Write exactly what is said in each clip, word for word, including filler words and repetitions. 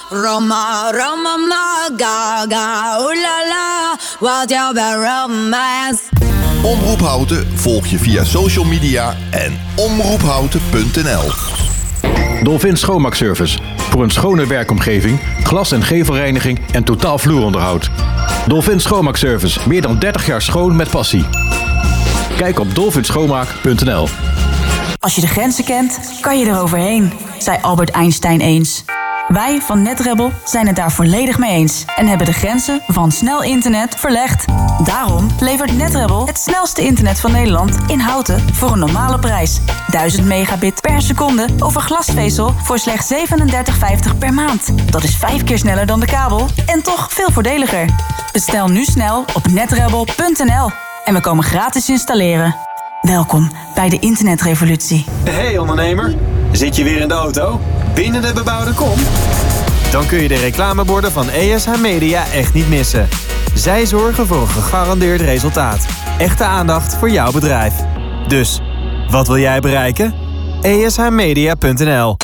Roma, Roma, ma, ga, ga, ooh la la, what you be romance. Omroep Houten volg je via social media en omroephouten punt n l. Dolphin Schoonmaakservice. Voor een schone werkomgeving, glas- en gevelreiniging en totaal vloeronderhoud. Dolphin Schoonmaakservice. Meer dan dertig jaar schoon met passie. Kijk op dolphin schoonmaak punt n l. Als je de grenzen kent, kan je eroverheen, zei Albert Einstein eens. Wij van NetRebel zijn het daar volledig mee eens en hebben de grenzen van snel internet verlegd. Daarom levert NetRebel het snelste internet van Nederland in Houten voor een normale prijs. duizend megabit per seconde over glasvezel voor slechts zevenendertig vijftig per maand. Dat is vijf keer sneller dan de kabel en toch veel voordeliger. Bestel nu snel op netrebel punt n l en we komen gratis installeren. Welkom bij de internetrevolutie. Hey ondernemer, zit je weer in de auto? Binnen de bebouwde kom? Dan kun je de reclameborden van E S H Media echt niet missen. Zij zorgen voor een gegarandeerd resultaat. Echte aandacht voor jouw bedrijf. Dus, wat wil jij bereiken? e s h media punt n l.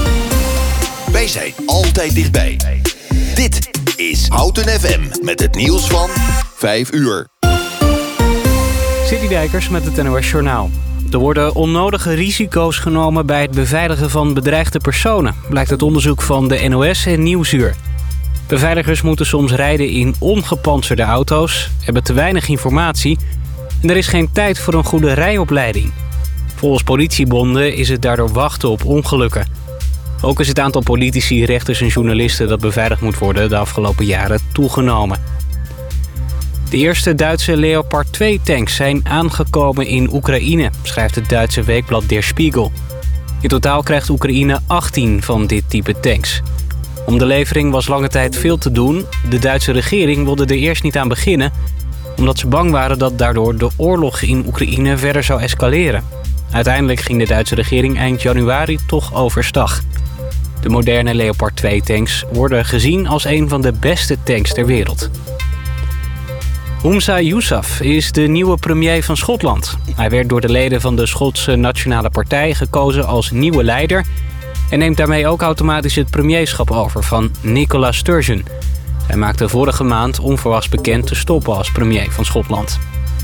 Wij zijn altijd dichtbij. Dit is Houten F M met het nieuws van vijf uur. Citydijkers met het N O S Journaal. Er worden onnodige risico's genomen bij het beveiligen van bedreigde personen, blijkt uit onderzoek van de N O S en Nieuwsuur. Beveiligers moeten soms rijden in ongepantserde auto's, hebben te weinig informatie en er is geen tijd voor een goede rijopleiding. Volgens politiebonden is het daardoor wachten op ongelukken. Ook is het aantal politici, rechters en journalisten dat beveiligd moet worden de afgelopen jaren toegenomen. De eerste Duitse Leopard twee tanks zijn aangekomen in Oekraïne, schrijft het Duitse weekblad Der Spiegel. In totaal krijgt Oekraïne achttien van dit type tanks. Om de levering was lange tijd veel te doen. De Duitse regering wilde er eerst niet aan beginnen, omdat ze bang waren dat daardoor de oorlog in Oekraïne verder zou escaleren. Uiteindelijk ging de Duitse regering eind januari toch overstag. De moderne Leopard twee tanks worden gezien als een van de beste tanks ter wereld. Humza Yousaf is de nieuwe premier van Schotland. Hij werd door de leden van de Schotse Nationale Partij gekozen als nieuwe leider en neemt daarmee ook automatisch het premierschap over van Nicola Sturgeon. Hij maakte vorige maand onverwachts bekend te stoppen als premier van Schotland.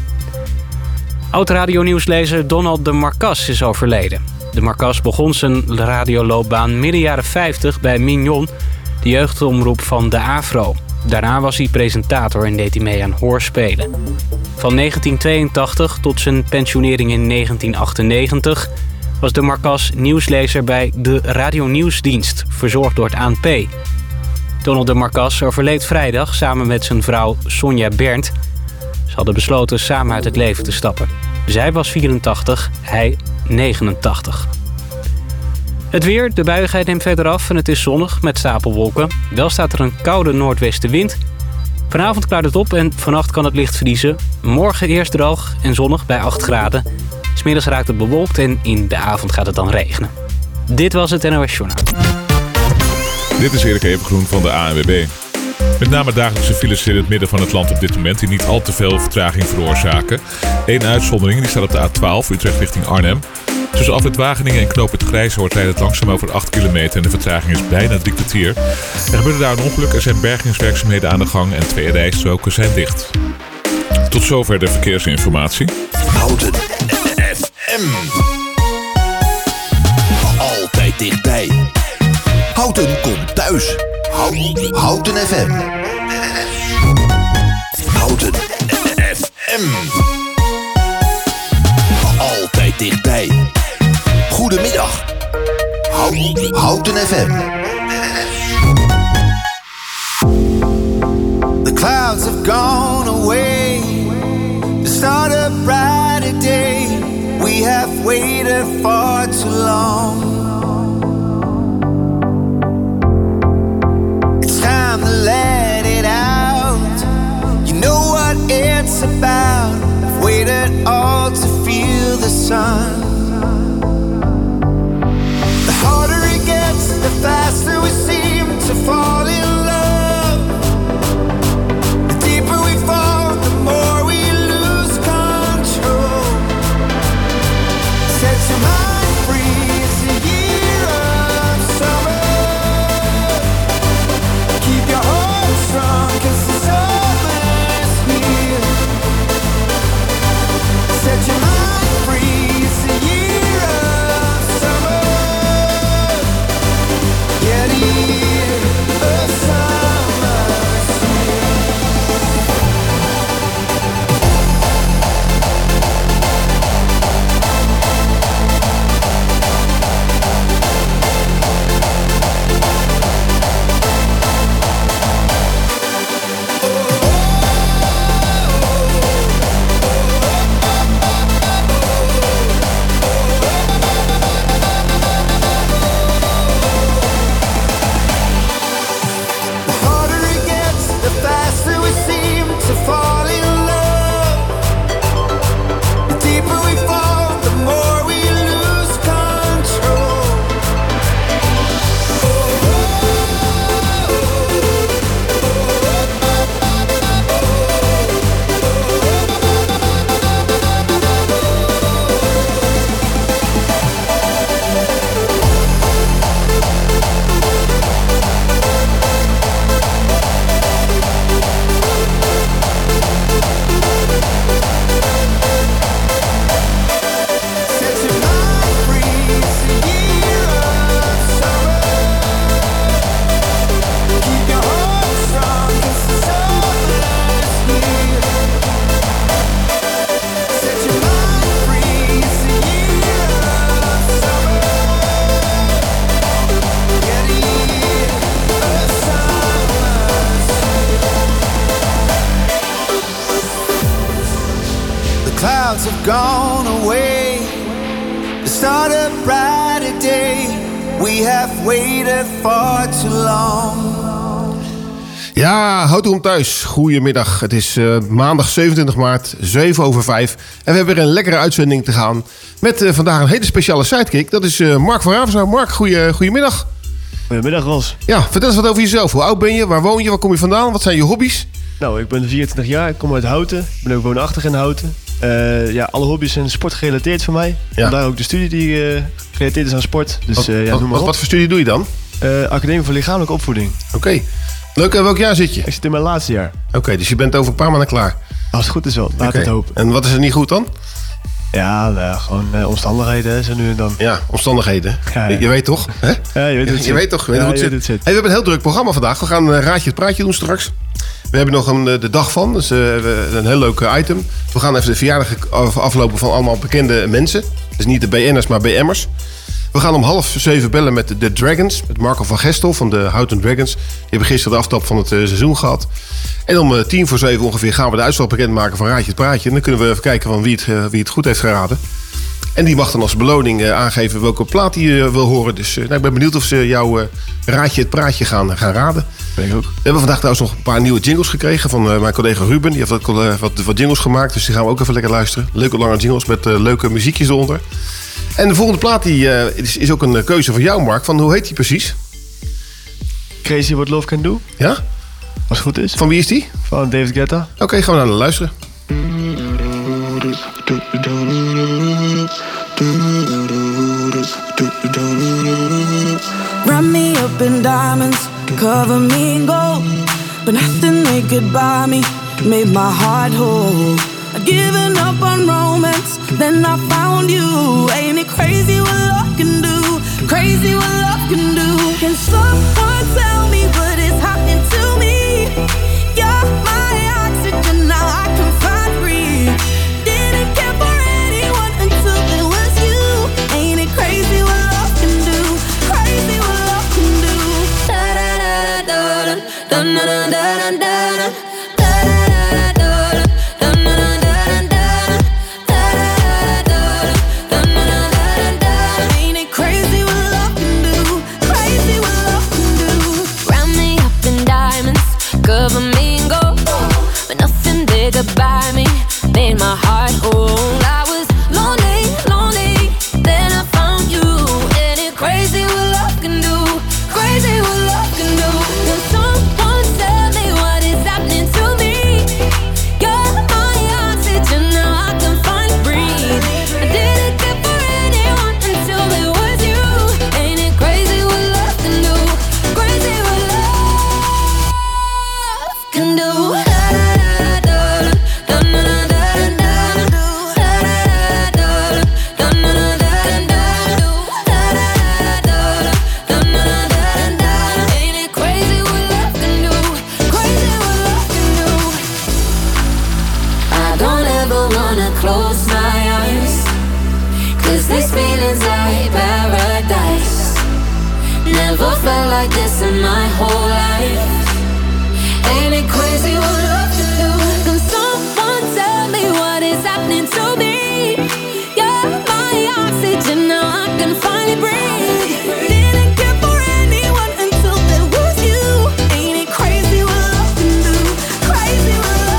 Oud-radionieuwslezer Donald de Marcas is overleden. De Marcas begon zijn radioloopbaan midden jaren vijftig bij Mignon, de jeugdomroep van de Afro. Daarna was hij presentator en deed hij mee aan hoorspelen. Van negentien tweeëntachtig tot zijn pensionering in negentien achtennegentig was de Marcas nieuwslezer bij de Radionieuwsdienst, verzorgd door het A N P. Donald de Marcas overleed vrijdag samen met zijn vrouw Sonja Berndt. Ze hadden besloten samen uit het leven te stappen. Zij was vierentachtig, hij negenentachtig. Het weer, de buiigheid neemt verder af en het is zonnig met stapelwolken. Wel staat er een koude noordwestenwind. Vanavond klaart het op en vannacht kan het licht vriezen. Morgen eerst droog en zonnig bij acht graden. 'S Middags raakt het bewolkt en in de avond gaat het dan regenen. Dit was het N O S Journaal. Dit is Erik Evengroen van de A N W B. Met name dagelijkse files in het midden van het land op dit moment die niet al te veel vertraging veroorzaken. Eén uitzondering die staat op de A twaalf, Utrecht richting Arnhem. Tussen afrit Wageningen en knoop het Grijzoord rijdt het langzaam over acht kilometer en de vertraging is bijna drie kwartier. Er gebeurde daar een ongeluk, er zijn bergingswerkzaamheden aan de gang en twee rijstroken zijn dicht. Tot zover de verkeersinformatie. Houten F M. Altijd dichtbij. Houten komt thuis. Houten, Houten F M. Houten F M. Altijd dichtbij. Goedemiddag. Houten, Houten F M. The clouds have gone away to start a brighter day. We have waited far too long. It's time to let it out. You know what it's about. I've waited all to feel the sun. The harder it gets, the faster we seem to fall in love. The deeper we fall, the more we lose control. Set your mind free, it's a year of summer. clouds have gone away to start a brighter day. We have waited far too long. Ja, houd u om thuis. Goedemiddag. Het is uh, maandag zevenentwintig maart, zeven over vijf. En we hebben weer een lekkere uitzending te gaan. Met uh, vandaag een hele speciale sidekick. Dat is uh, Mark van Ravensau. Mark, goeie, goedemiddag. Goedemiddag, Ros. Ja, vertel eens wat over jezelf. Hoe oud ben je? Waar woon je? Waar kom je vandaan? Wat zijn je hobby's? Nou, ik ben vierentwintig jaar. Ik kom uit Houten. Ik ben ook woonachtig in Houten. Uh, ja, alle hobby's zijn sportgerelateerd voor mij. Ja. Vandaar ook de studie die uh, gerelateerd is aan sport. Dus, wat, uh, ja, wat, noem maar wat, op. wat voor studie doe je dan? Uh, Academie voor Lichamelijke Opvoeding. Oké. Okay. Leuk, en welk jaar zit je? Ik zit in mijn laatste jaar. Oké, okay, dus je bent over een paar maanden klaar. Als het goed is wel, laat okay. het hopen. En wat is er niet goed dan? Ja, nou, gewoon uh, omstandigheden, hè, zo nu en dan. Ja, omstandigheden. Ja, ja. Je, je weet toch? Hè? Ja, je weet het je, je weet toch? Je weet ja, hoe het zit. Het zit. Hey, we hebben een heel druk programma vandaag. We gaan uh, Raadje het Praatje doen straks. We hebben nog een, de dag van, dus uh, een heel leuk item. We gaan even de verjaardag aflopen van allemaal bekende mensen. Dus niet de B N'ers, maar B M'ers. We gaan om half zeven bellen met de Dragons. Met Marco van Gestel van de Houten Dragons. Die hebben gisteren de aftrap van het uh, seizoen gehad. En om uh, tien voor zeven ongeveer gaan we de uitslag bekendmaken van Raadje het Praatje. En dan kunnen we even kijken van wie het, uh, wie het goed heeft geraden. En die mag dan als beloning uh, aangeven welke plaat hij uh, wil horen. Dus uh, nou, ik ben benieuwd of ze jouw uh, Raadje het Praatje gaan, uh, gaan raden. Ben ik ook. We hebben vandaag trouwens nog een paar nieuwe jingles gekregen van uh, mijn collega Ruben. Die heeft wat, uh, wat, wat jingles gemaakt, dus die gaan we ook even lekker luisteren. Leuke lange jingles met uh, leuke muziekjes eronder. En de volgende plaat die, uh, is, is ook een keuze van jou, Mark. Van, hoe heet die precies? Crazy What Love Can Do. Ja? Als het goed is. Van wie is die? Van David Guetta. Oké, okay, gaan we naar luisteren. Wrap me up in diamonds, cover me in gold, but nothing they could buy me made my heart whole. I'd given up on romance, then I found you. Ain't it crazy what love can do? Crazy what love can do. Can someone tell me what is happening to me? You're my oxygen, now I can find breathe. Didn't care for anyone until it was you. Ain't it crazy what love can do? Crazy what love can do. Da da da da da da da da da da. Cover me in gold, but nothing they could buy me made my heart whole. I was lonely, lonely, then I found you. And it's crazy what love can do, crazy what love can do. Can someone tell me what is happening to me? You're my oxygen, now I can finally breathe. I didn't care for anyone until it was you. Ain't it crazy what love can do, crazy what love can do. Close my eyes, cause these feelings like paradise. Never felt like this in my whole life. Ain't it crazy what love can do? Can someone tell me what is happening to me? You're my oxygen, now I can finally breathe. Didn't care for anyone until there was you. Ain't it crazy what love can do? Crazy what love.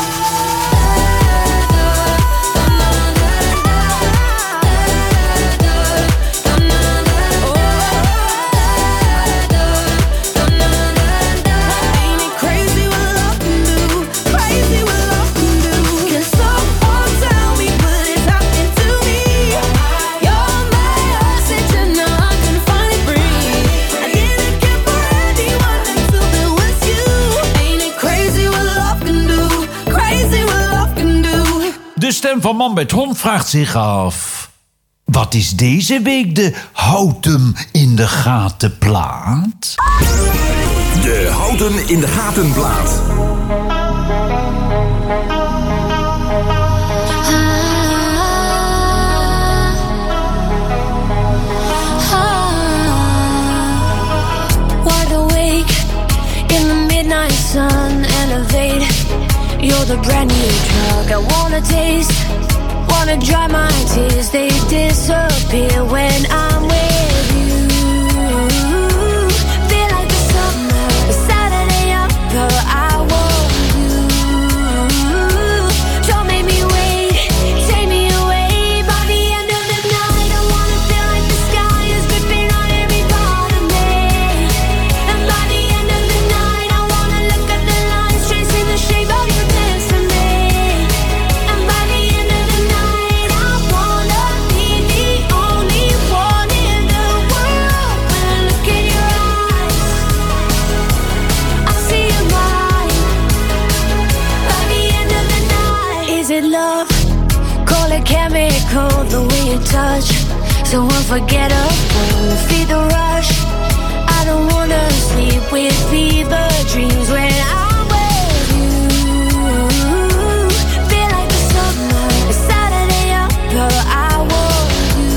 De stem van Man met Hond vraagt zich af: wat is deze week de Houten in de Gaten plaat? De Houten in de Gaten plaat. Wide awake in the midnight sun, elevate. You're the brand new drug I wanna taste. wanna dry my tears, they disappear when I'm with you. Feel like the summer, the Saturday upper, I want you. Don't make me wait, take me away. By the end of the night, I wanna feel like the sky is dripping on every part of me. And by the end of the night, I wanna look at the lines tracing the shape of your lips for me. And by the end of the night, I wanna be the only one in the world. When I look in your eyes, I see your mind. By the end of the night, is it love? Call it chemical, the way you touch, so unforgettable. Feed the rush. I don't wanna sleep with fever dreams when I'm with you. Feel like the summer, the Saturday upper, I want you.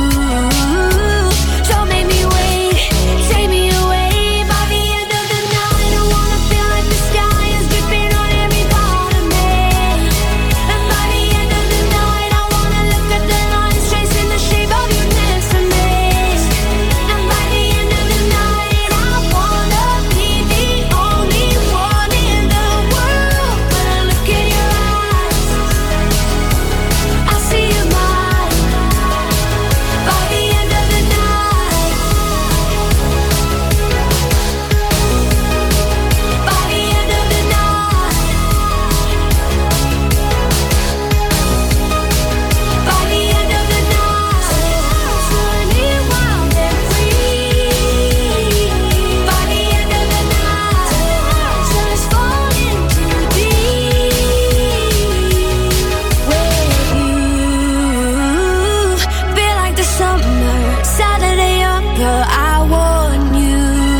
Don't make me wait, take me away. By the end of the night, I wanna feel like the sky is dripping on every part of me. And by the end of the night, I wanna look at the lines tracing the shape of your lips for me. And by the end of the night, I wanna be the only one in the world. When I look in your eyes, I see your mind. By the end of the night, by the end of the night, by the end of the night, running wild and free. By the end of the night, just falling too deep with you. Feel like the summer, Saturday upper, I want you.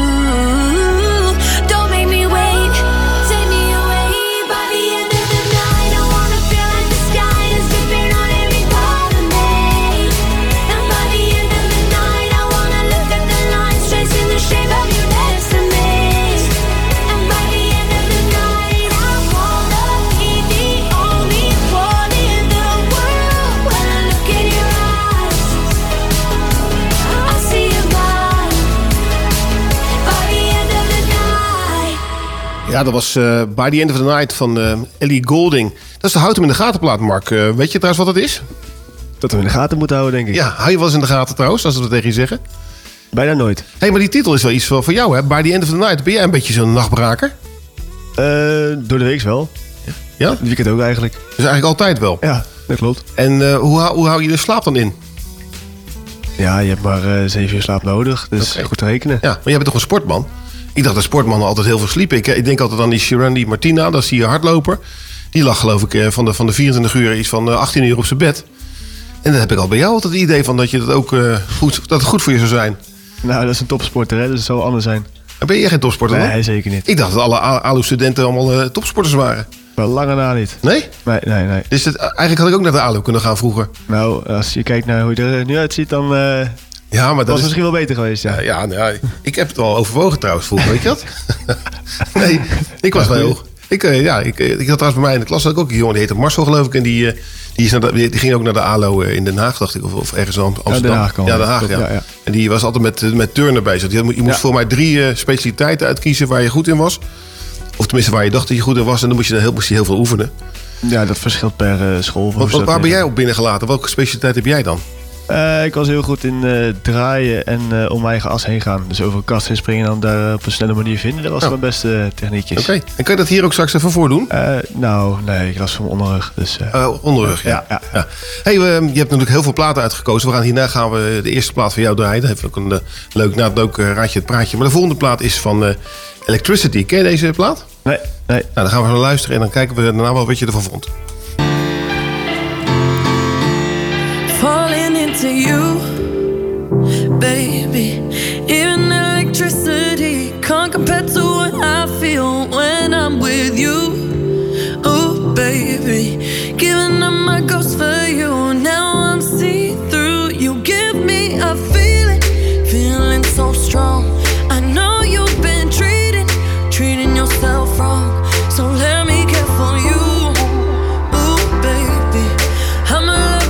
Don't make me wait, take me away. By the end of the night, I wanna feel like the sky is dripping on every part of me. And by the end of the night, I wanna look at the lines tracing the shape of your lips for me. And by the end of the night, I wanna be the only one in the world. When I look in your eyes, I see your mind. By the end of the night. Ja, dat was eh By the End of the Night van eh, Ellie Goulding. Dat is de Houd hem in de gaten plaat, Mark. Eh, weet je trouwens wat dat is? Dat we in de gaten moeten houden, denk ik. Ja, hou je wel eens in de gaten trouwens, als we dat tegen je zeggen? Bijna nooit. Hé, hey, maar die titel is wel iets voor, voor jou, hè? By the End of the Night. Ben jij een beetje zo'n nachtbraker? Eh, door de week wel. Ja? Het weekend ook eigenlijk. Dus eigenlijk altijd wel? Ja, dat klopt. En eh, hoe, hou- hoe hou je de slaap dan in? Ja, je hebt maar eh, zeven uur slaap nodig, dus goed te rekenen. Ja, maar jij bent toch een sportman? Ik dacht dat sportmannen altijd heel veel sliepen. Ik, ik denk altijd aan die Sharandi Martina, dat is die hardloper. Die lag geloof ik eh, van de, van de vierentwintig uur iets van eh, achttien uur op zijn bed. En dan heb ik al bij jou altijd het idee van dat, je dat, ook, eh, goed, dat het goed voor je zou zijn. Nou, dat is een topsporter, hè? Dus het zal anders zijn. Maar ben je geen topsporter dan? Nee, zeker niet. Ik dacht dat alle A- ALO-studenten allemaal eh, topsporters waren. Wel lange na niet. Nee? Nee, nee, nee. Dus het, eigenlijk had ik ook naar de ALO kunnen gaan vroeger. Nou, als je kijkt naar hoe je er nu uitziet, dan eh Ja, maar dat was is misschien wel beter geweest, ja. Ja, ja, nou ja, ik heb het al overwogen trouwens vroeger, weet je dat? Nee, ik was wel heel... Ik, eh, ja, ik, eh, ik had trouwens bij mij in de klas had ik ook een jongen, die heette Marcel geloof ik. En die, eh, die, is naar de- die ging ook naar de ALO eh, in Den Haag, dacht ik. Of, of ergens in Amsterdam. Den Haag kan ja, Den wel. Haag, Klopt, ja. ja, ja. En die was altijd met, eh, met turnen bezig. Je moest, je moest Ja. voor mij drie eh, specialiteiten uitkiezen waar je goed in was. Of tenminste waar je dacht dat je goed in was. En dan moest je, dan heel, moest je heel veel oefenen. Ja, dat verschilt per eh, school. Wat, wat- waar ben jij op binnengelaten? Welke specialiteit heb jij dan? Eh, ik was heel goed in eh, draaien en eh, om mijn eigen as heen gaan. Dus over een kast heen springen en dan daar op een snelle manier vinden. Dat was Oh. mijn beste techniekjes. Oké. En kan je dat hier ook straks even voordoen? Eh, nou, nee, ik was van mijn onderrug. Dus, eh, Uh, onderrug, ja. ja, ja. ja. Hey, we- je hebt natuurlijk heel veel platen uitgekozen. We gaan hierna gaan we de eerste plaat van jou draaien. Dat heeft ook een uh, leuk, na het ook uh, raadje het praatje. Maar de volgende plaat is van uh, Electricity. Ken je deze plaat? Nee, nee. Nou, dan gaan we naar luisteren en dan kijken we daarna wel wat je ervan vond. Falling into you, baby. Even electricity can't compare to what I feel when I'm with you. Oh, baby, giving up my ghost for you. Now I'm see through. You give me a feeling, feeling so strong. I know you've been treating, treating yourself wrong. So let me care for you. Oh, baby, I'm a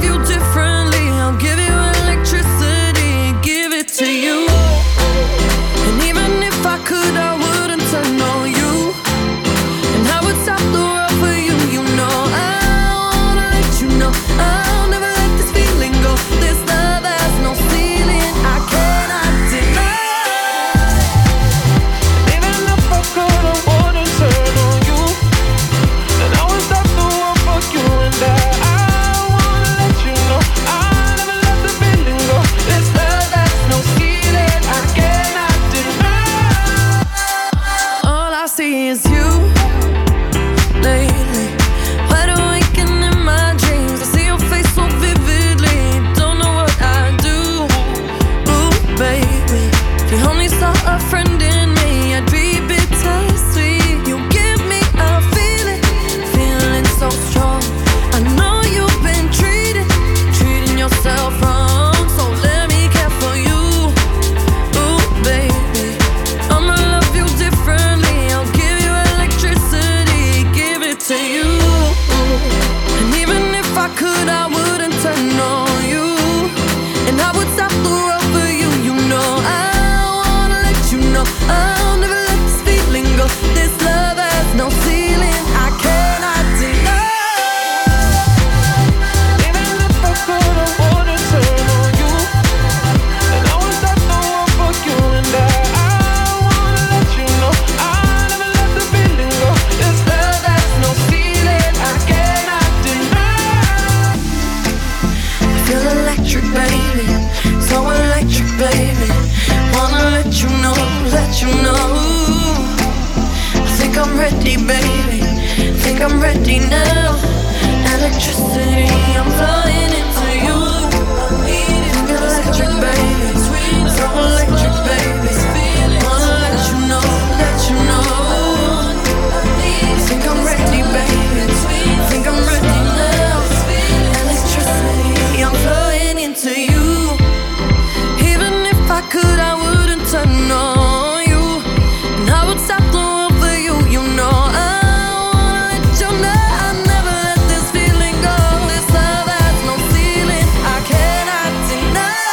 ready, baby. Think I'm ready now. Electricity, I'm flying into you. Think electric, baby. So electric, baby. Wanna let you know, let you know. Think I'm ready, baby. Think I'm ready now. Electricity, I'm flying into you. Even if I could, I wouldn't turn on you. And I would stop the world for you, you know. I wanna let you know I never let this feeling go. This love has no ceiling, I cannot deny.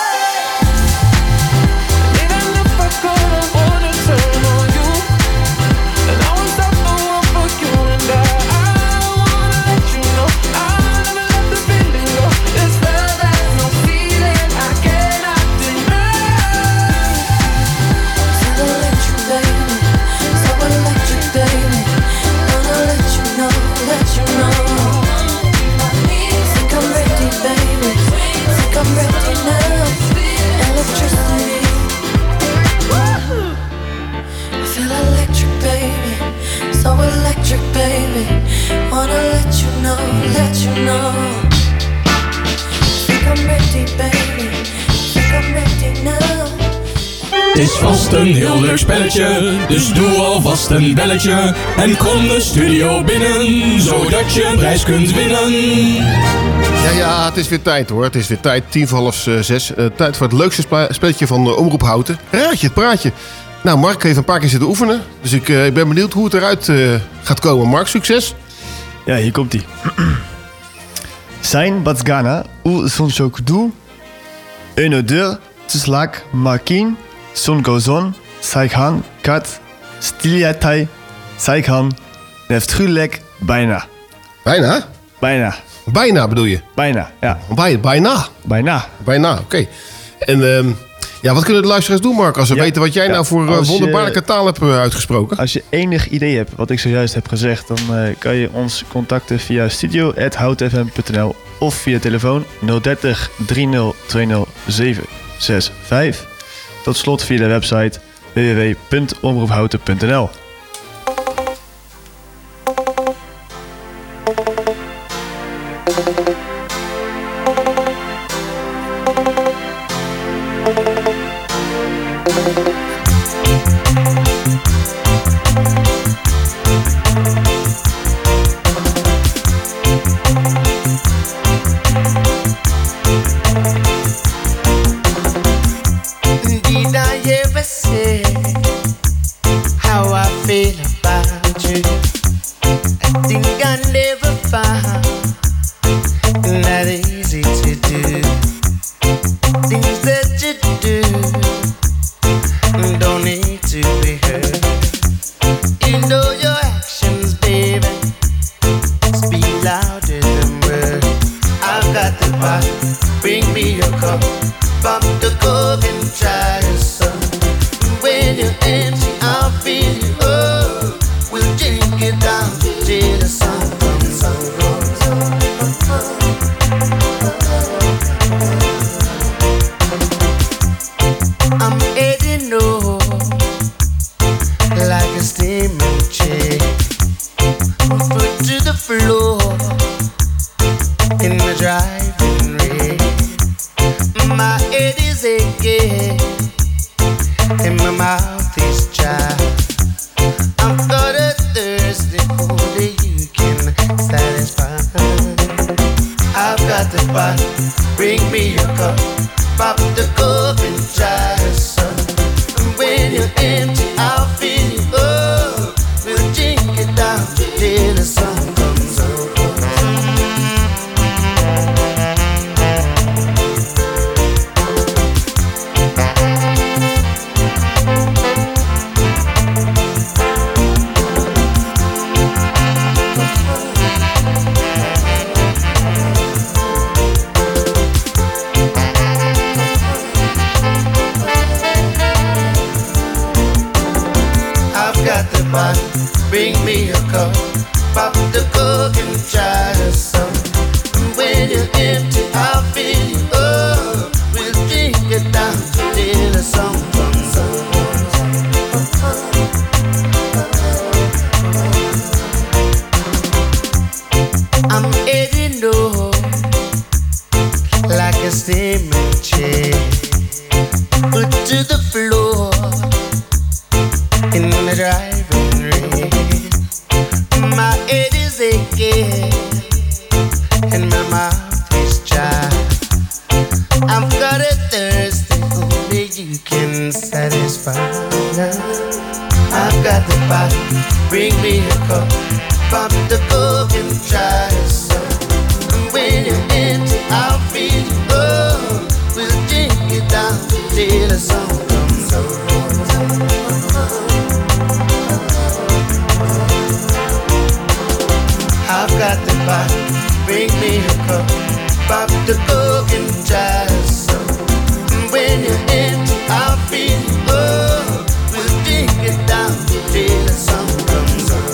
Even if I could, I wouldn't turn on you. And I would stop the world for you and I. I wanna let you know I never let the feeling go. This love has no ceiling, I cannot deny. So electric, baby. So electric, baby. Wanna let you know, let you know. Think I'm ready, baby. Think I'm ready now. Electricity. Woo! I feel electric, baby. So electric, baby. Wanna let you know, let you know. Think I'm ready, baby. Think I'm ready now. Het is vast een heel leuk spelletje, dus doe alvast een belletje en kom de studio binnen, zodat je een prijs kunt winnen. Ja, ja, het is weer tijd hoor. Het is weer tijd, tien voor half uh, zes. Uh, tijd voor het leukste spa- spelletje van uh, Omroep Houten. Raadje, het praatje. Nou, Mark heeft een paar keer zitten oefenen. Dus ik, uh, ik ben benieuwd hoe het eruit uh, gaat komen. Mark, succes. Ja, hier komt ie. Zijn Batsgana, ou son chokdu, een odeur, tslak, makin, son gozon, saikhan, kat, stiliatai, saikhan, neftgulek, bijna. Bijna? Bijna. Bijna bedoel je? Bijna, ja. Bij, bijna? Bijna. Bijna, oké. Okay. En um, ja, wat kunnen de luisteraars doen, Mark, als ze Ja, weten wat jij ja, nou voor uh, als je- wonderbaarlijke taal hebt uh, uitgesproken? Als je enig idee hebt wat ik zojuist heb gezegd, dan uh, kan je ons contacten via studio apenstaartje houtfm punt n l of via telefoon nul dertig drieëntig tweeëntig zeven zes vijf. Tot slot via de website w w w punt omroephouten punt n l. Did I ever say how I feel about you? I think I never found that easy to do. Things that you do don't need to be heard. You know your actions, baby, speak louder than words. I've got the bottle, bring me your cup. Pop the cork and try your sun. When you're empty, I'll fill you up. We'll drink it down till the sun comes up. I'm heading north like a steaming chair. Foot to the floor in the driving rain. My head is aching and my mouth is dry. I've got a thirsty only you can satisfy. I've got the bottle, bring me your cup. Pop the cork and try the sun. And when you're empty, I'll fill you up. We'll drink it down till the sun comes up. Bring me a cup, pop the cork and try the sun. When you're empty, I'll fill you up. We'll drink it down till the sun comes up. body, bring me a cup. Pop the cork and try some. And when you're empty, I'll fill you up. We'll drink it down till the sun comes up. I've got the body, bring me a cup. Pop the cork and try some. And when you're empty, I'll fill you up. We'll drink it down till the sun comes up.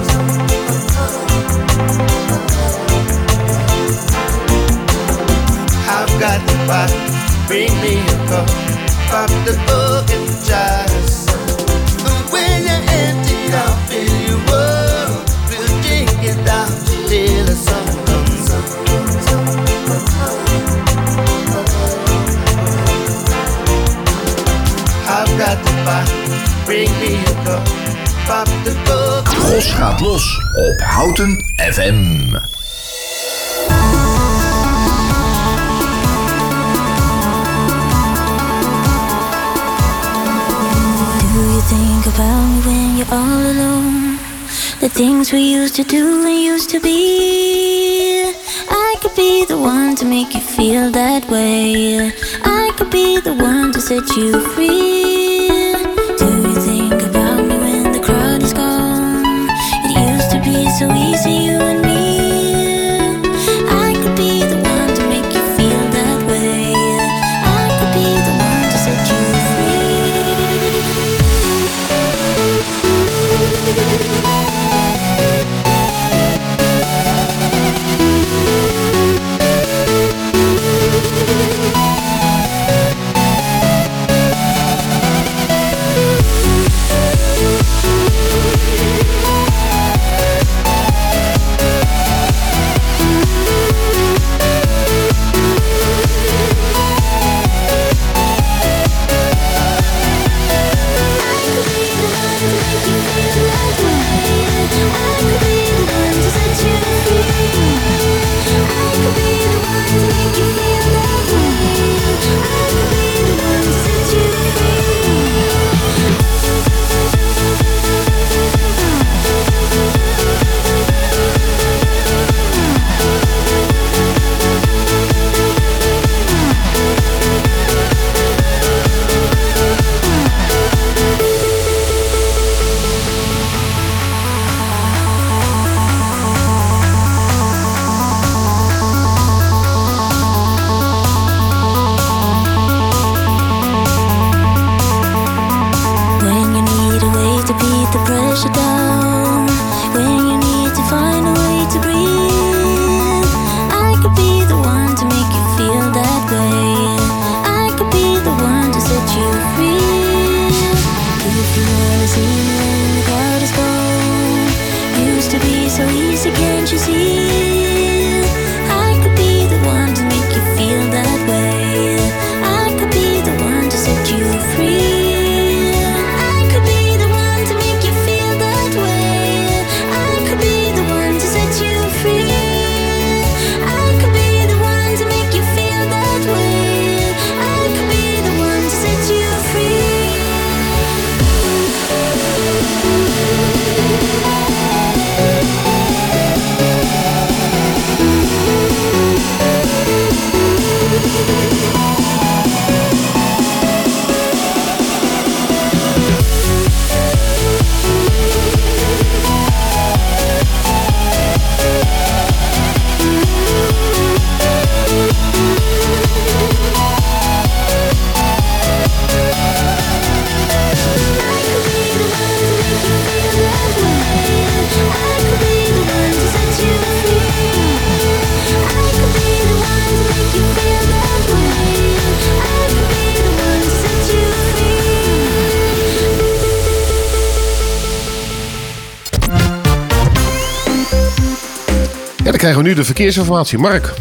I've got the body, bring me a cup. Pop the cork and try some. And when you're empty, I'll fill you up. We'll drink it down till the sun comes up. I've got the body, bring me a cup. Pop the cork. Gros gaat los op Houten F M. Think about me when you're all alone. The things we used to do and used to be. I could be the one to make you feel that way. I could be the one to set you free. Do you think about me when the crowd is gone? It used to be so easy, you and me. I could be the one to make you feel that way. I could be the one to set you free. Dan krijgen we nu de verkeersinformatie. Mark.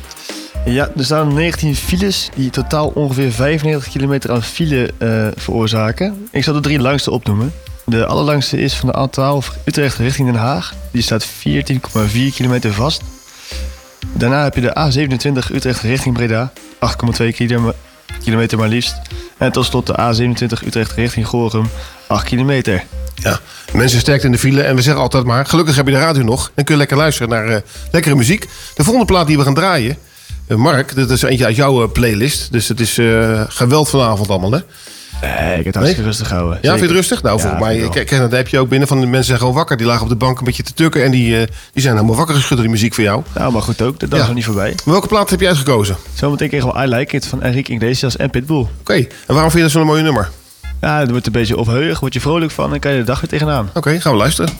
Ja, er staan negentien files die totaal ongeveer vijfennegentig kilometer aan file uh, veroorzaken. Ik zal de drie langste opnoemen. De allerlangste is van de A twaalf Utrecht richting Den Haag. Die staat veertien komma vier kilometer vast. Daarna heb je de A zevenentwintig Utrecht richting Breda. acht komma twee kilometer maar liefst. En tot slot de A zevenentwintig Utrecht richting Gorum. acht kilometer. Ja, mensen sterkt in de file. En we zeggen altijd maar, gelukkig heb je de radio nog. Dan kun je lekker luisteren naar uh, lekkere muziek. De volgende plaat die we gaan draaien... Uh, Mark, dat is eentje uit jouw uh, playlist. Dus het is uh, geweld vanavond allemaal, hè? Nee, ik heb het hartstikke rustig gehouden. Ja, vind je het rustig? Nou, ja, volgens mij, ik ken dat heb je ook binnen van de mensen zijn gewoon wakker. Die lagen op de bank een beetje te tukken. En die, uh, die zijn helemaal wakker geschud door die muziek voor jou. Nou, maar goed ook. Dat is ja. nog niet voorbij. Maar welke plaat heb je uitgekozen? Zometeen kregen we I Like It van Enrique Iglesias en Pitbull. Oké, okay. En waarom vind je dat zo'n mooie nummer? Ja, het wordt een beetje opheuig. Word je vrolijk van en kan je de dag weer tegenaan. Oké, okay, gaan we luisteren.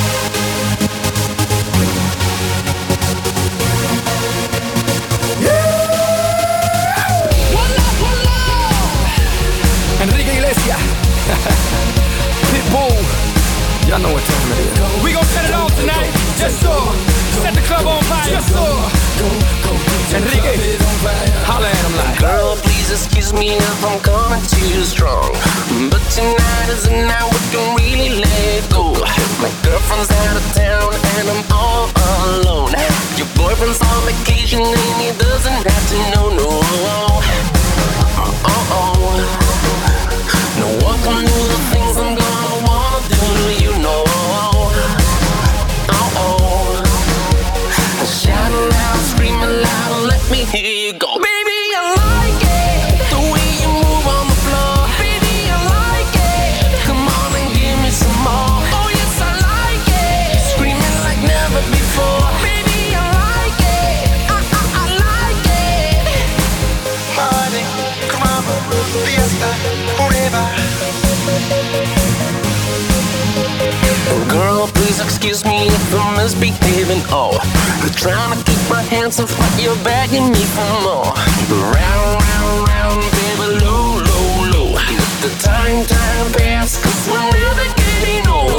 Y'all know what time it is. We gon' set it off tonight. Just so. Set the club on fire. Just so. Enrique, holla at him like. Girl, please excuse me if I'm coming too strong, but tonight is the night we can really let go. My girlfriend's out of town and I'm all alone. Your boyfriend's on vacation and he doesn't have to know, no. Uh-oh. No one can do the things I'm gonna wanna do to you, no. Uh-oh. Shout aloud, scream aloud, let me hear you go. Baby, I like it, the way you move on the floor. Baby, I like it, come on and give me some more. Oh yes, I like it, screaming like never before. Baby, I like it, I, I, I like it. Party, come on, fiesta, forever. Girl, please excuse me if I'm misbehaving. Oh, I'm trying to keep my hands off, but you're begging me for more. Round, round, round, baby, low, low, low. Let the time, time pass, cause we're never getting old.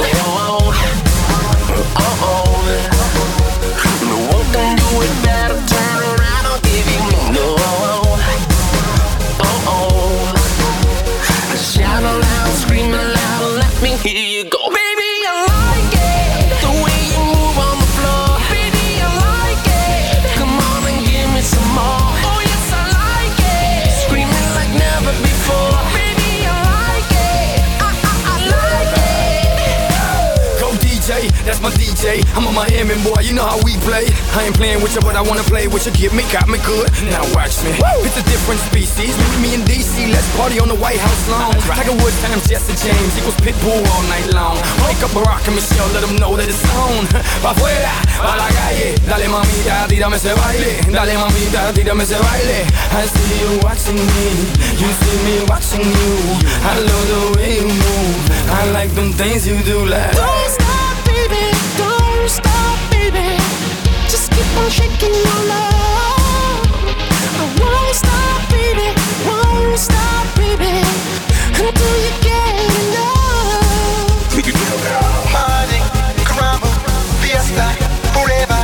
Uh-oh. No one can do it better. Turn around, I'll give you more. No. Uh-oh. Shout aloud, scream aloud, let me hear you go. Baby, I like it, the way you move on the floor. Baby, I like it, come on and give me some more. Oh yes, I like it, screaming like never before. Baby, I like it, I, I, I like it. Go D J, that's my D J. I'm a Miami boy, you know how we play. I ain't playing with you, but I wanna play with you. Get me, got me good. Now watch me. Woo! It's a different species. Meet me in D C, let's party on the White House lawn. Tiger Woods times Jesse James equals Pitbull all night long. Wake up Barack and Michelle, let them know that it's on. Pa' afuera, pa' la calle. Dale mamita, tírame ese baile. Dale mamita, tírame ese baile. I see you watching me, you see me watching you. I love the way you move, I like them things you do like. Don't stop, baby, don't stop, baby. Just keep on shaking your love. I won't stop, baby, won't stop, baby, until you get enough. Party, caramba, fiesta, forever.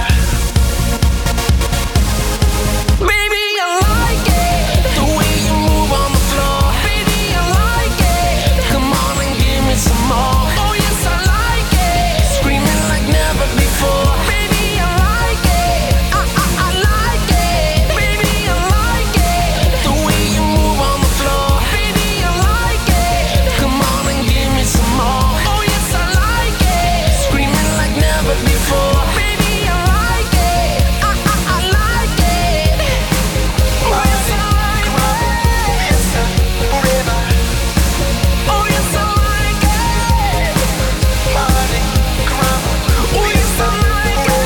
Baby, I like it, the way you move on the floor. Baby, I like it, come on and give me some more. Oh yes, I like it, screaming like never before. Baby, I like it, I, I, I like it. Baby, I like it, the way you move on the floor. Baby, I like it, come on and give me some more. Oh yes, I like it, screaming like never before. Baby, I like it, I, I, I like it. Oh yes, I like it, forever. Oh yes, I like it. Party, come on. Oh yes, I like it.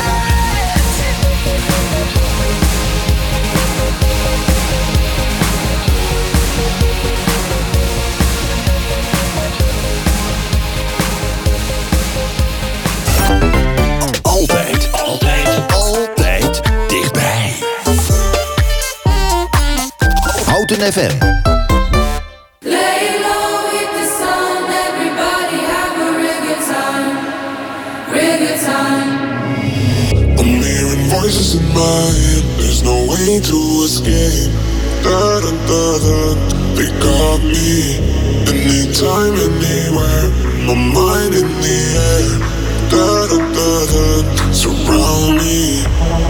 Altijd, altijd, altijd dichtbij. Houten F M. Lay low, hit the sun, everybody have a real good time, real good time. I'm hearing voices in my head, there's no way to escape. Da da da da, they got me. Anytime, anywhere, my mind in the air. Da da da da, surround me.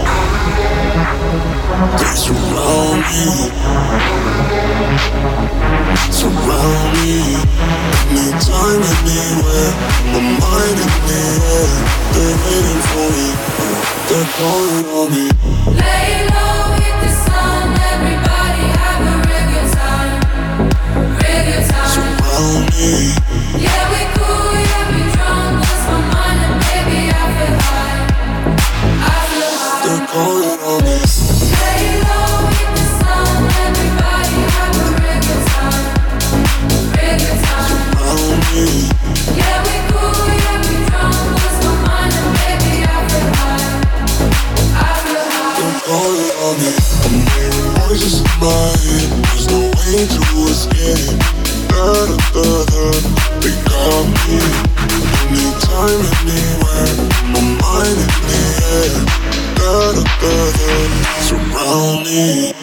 They surround me. Surround me. Anytime, anywhere, my mind in the air. They're waiting for me, they're calling on me. Lay low, hit the sun, everybody have a real good time, real good time. Surround me. Yeah, we cool, yeah, we drunk, lost my mind and baby I feel high, I feel high. They're calling on me. Lay low, hit the sun, everybody have a real good time, real good time. Surround me. Yeah, we cool, yeah, we drunk, lost my mind and baby I feel high, I feel high. They're calling on me. I'm hearing voices in my head. There's no way to escape. Da da da da. They got me. Anytime, anywhere. My mind in the air. Da da da da. Surround me.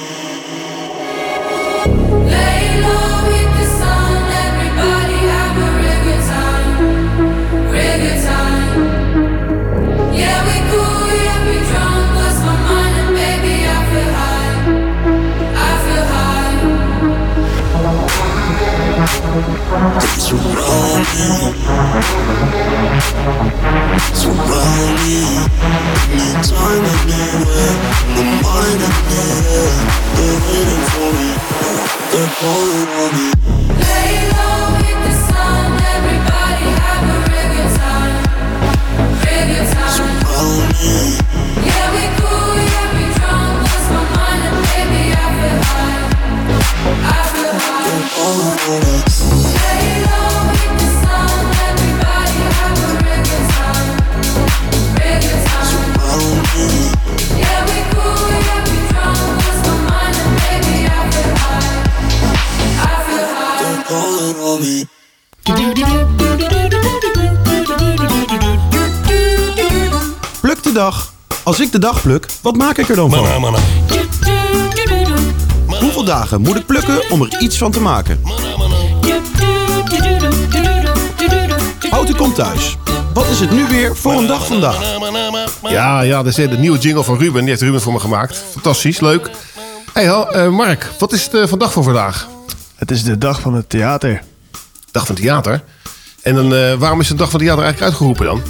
Lay low, hit the sun, everybody have a real good time, real good time. Yeah, we cool, yeah, we drunk, lost my mind and baby I feel high, I feel high. Surround me. Surround me. Anytime, anywhere. My mind in the air. They're waiting for me. They're calling on me. Lay low, hit the sun, everybody have a real good time, real good time. Surround me. Yeah, we cool, yeah, we drunk, lost my mind and baby I feel high, I feel high. They're calling on me. Lay low, hit the sun, everybody have a real good time, real good time. Surround me. Yeah, we cool, yeah, we drunk, lost my mind and baby I feel high, I feel high. They're calling on me. Pluk de dag. Als ik de dag pluk, wat maak ik er dan van? Hoeveel dagen moet ik plukken om er iets van te maken? Auto komt thuis. Wat is het nu weer voor een dag vandaag? Ja, ja, dat is de nieuwe jingle van Ruben. Die heeft Ruben voor me gemaakt. Fantastisch, leuk. Hey, uh, Mark, wat is het uh, vandaag voor vandaag? Het is de dag van het theater. Dag van het theater? En dan, uh, waarom is de dag van het theater eigenlijk uitgeroepen dan?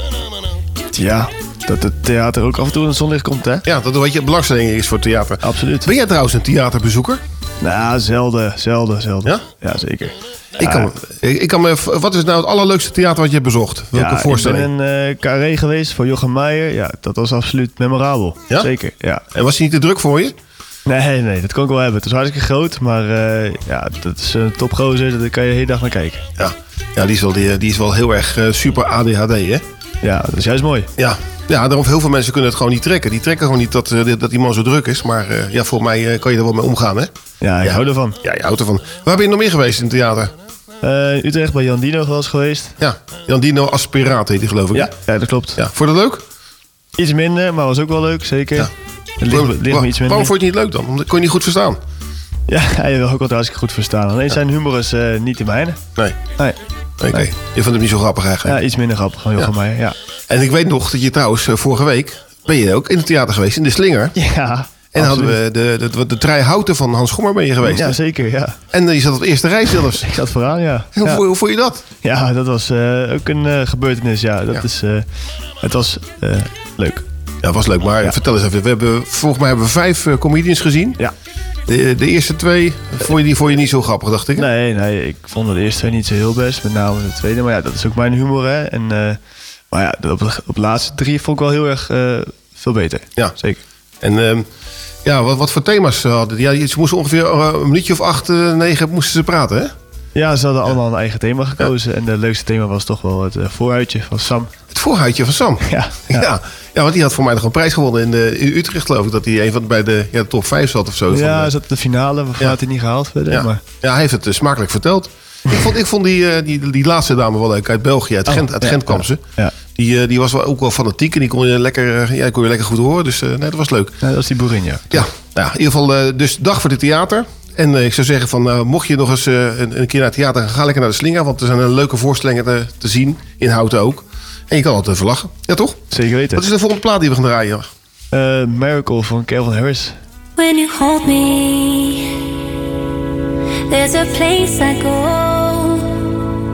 Ja, dat het theater ook af en toe in het zonlicht komt, hè? Ja, dat weet je, belangstelling is voor het theater. Absoluut. Ben jij trouwens een theaterbezoeker? Nou, zelden, zelden, zelden. Ja? Ja, zeker. Ik kan, ik kan me, wat is nou het allerleukste theater wat je hebt bezocht? Welke ja, voorstelling? Ik ben in uh, Carré geweest voor Jochem Meijer. Ja, dat was absoluut memorabel. Ja? Zeker, ja. En was hij niet te druk voor je? Nee, nee, dat kon ik wel hebben. Het is hartstikke groot, maar uh, ja, dat is een topgozer. Daar kan je de hele dag naar kijken. Ja, ja die, is wel, die, die is wel heel erg uh, super A D H D, hè? Ja, dat is juist mooi. Ja, ja, daarom heel veel mensen kunnen het gewoon niet trekken. Die trekken gewoon niet dat, uh, dat die man zo druk is. Maar uh, ja, volgens mij uh, kan je er wel mee omgaan, hè? Ja, ik ja. hou ervan. Ja, je houdt ervan. Waar ben je nog meer geweest in het theater? Uh, Utrecht bij Jan Dino was geweest. Ja, Jan Dino Aspiraat heet die, geloof ik. Ja, ja, dat klopt. Ja, vond je dat leuk? Iets minder, maar was ook wel leuk, zeker. Ja. Het ligt, ligt me iets minder. Waarom vond je het niet leuk dan? Omdat kon je niet goed verstaan? Ja, hij wil ook wel hartstikke goed verstaan. Alleen ja. zijn humor is uh, niet de mijne. Nee. Nee. Oké, okay. nee. Je vond hem niet zo grappig eigenlijk? Ja, iets minder grappig dan Jochem Meijer, ja. En ik weet nog dat je trouwens uh, vorige week... ben je ook in het theater geweest, in de Slinger. Ja, en dan hadden we de, de, de, de Trei Houten van Hans Schommer ben je geweest. Ja, zeker, ja. En uh, je zat op de eerste rij zelfs. Ik zat vooraan, ja. Hoe, ja. hoe, hoe vond je dat? Ja, dat was uh, ook een uh, gebeurtenis, ja. Dat ja. Is, uh, het was uh, leuk. Ja, het was leuk, maar ja. vertel eens even. We hebben, volgens mij hebben we vijf uh, comedians gezien. Ja. De, de eerste twee vond je, die, vond je niet zo grappig, dacht ik? Hè? Nee, nee, ik vond de eerste twee niet zo heel best. Met name de tweede. Maar ja, dat is ook mijn humor, hè. En, uh, maar ja, op, op de laatste drie vond ik wel heel erg uh, veel beter. Ja, zeker. En uh, ja, wat, wat voor thema's hadden die? Ja, ze moesten ongeveer uh, een minuutje of acht, uh, negen moesten ze praten, hè? Ja, ze hadden allemaal een eigen thema gekozen. Ja. En het leukste thema was toch wel het uh, voorhuidje van Sam. Het voorhuidje van Sam? Ja. Ja, ja. ja want die had voor mij nog een prijs gewonnen in, uh, in Utrecht, geloof ik. Dat hij een van bij de, ja, de top vijf zat of zo. Ja, van, hij zat in de finale, waarvan ja. had hij niet gehaald verder. Ja. Maar... ja, hij heeft het uh, smakelijk verteld. ik vond, ik vond die, uh, die, die laatste dame wel leuk, uit België, uit, oh, Gent, uit ja, Gent kwam ze. Ja. Die, uh, die was wel, ook wel fanatiek en die kon je lekker, uh, ja, kon je lekker goed horen. Dus uh, nee, dat was leuk. Ja, dat was die boerin, ja. Ja, nou, in ieder geval uh, dus dag voor het theater. En uh, ik zou zeggen, van, uh, mocht je nog eens uh, een, een keer naar het theater gaan, ga lekker naar de Slinger. Want er zijn een leuke voorstellingen te, te zien, in Houten ook. En je kan altijd even lachen. Ja, toch? Zeker weten. Wat is de volgende plaat die we gaan draaien? Uh, Miracle van Calvin Harris. When you hold me, there's a place I go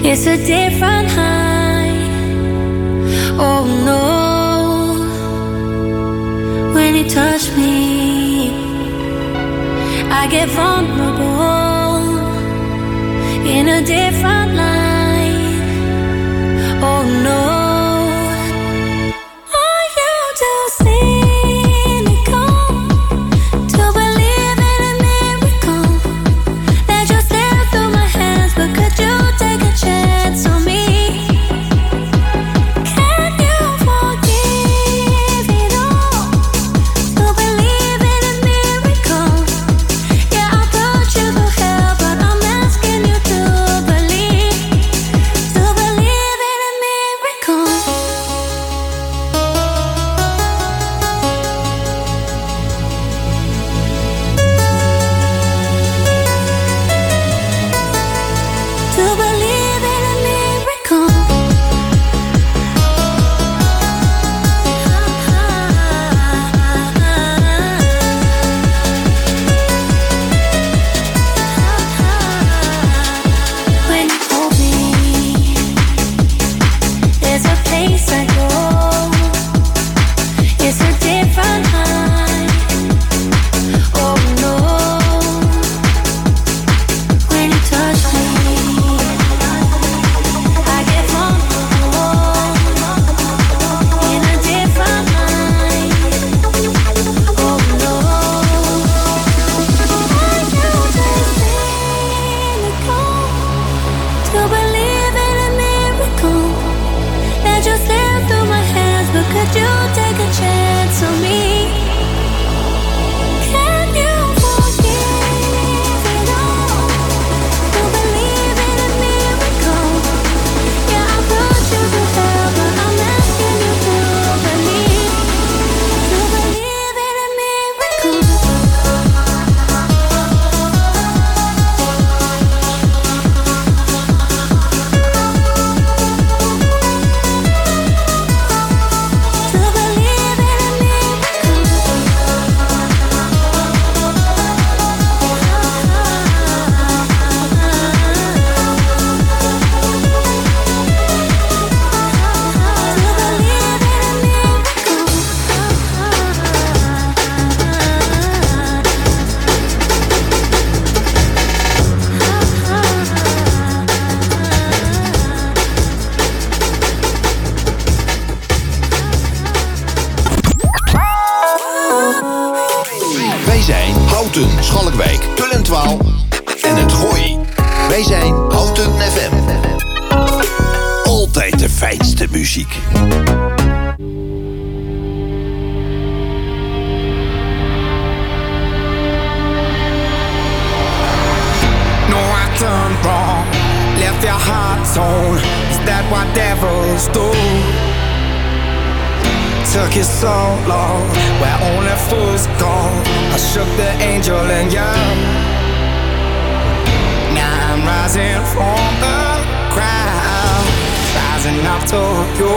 It's a different high. Oh no, when you touch me, I get vulnerable in a different light. Oh no. Schalkwijk, Tullentwaal en het Gooi. Wij zijn Houten F M. Altijd de fijnste muziek. No, I turned wrong, left your heart torn. Is that what devils do? Took you so long, where only fools go. I shook the angel in you. Now I'm rising from the crowd, rising up to you.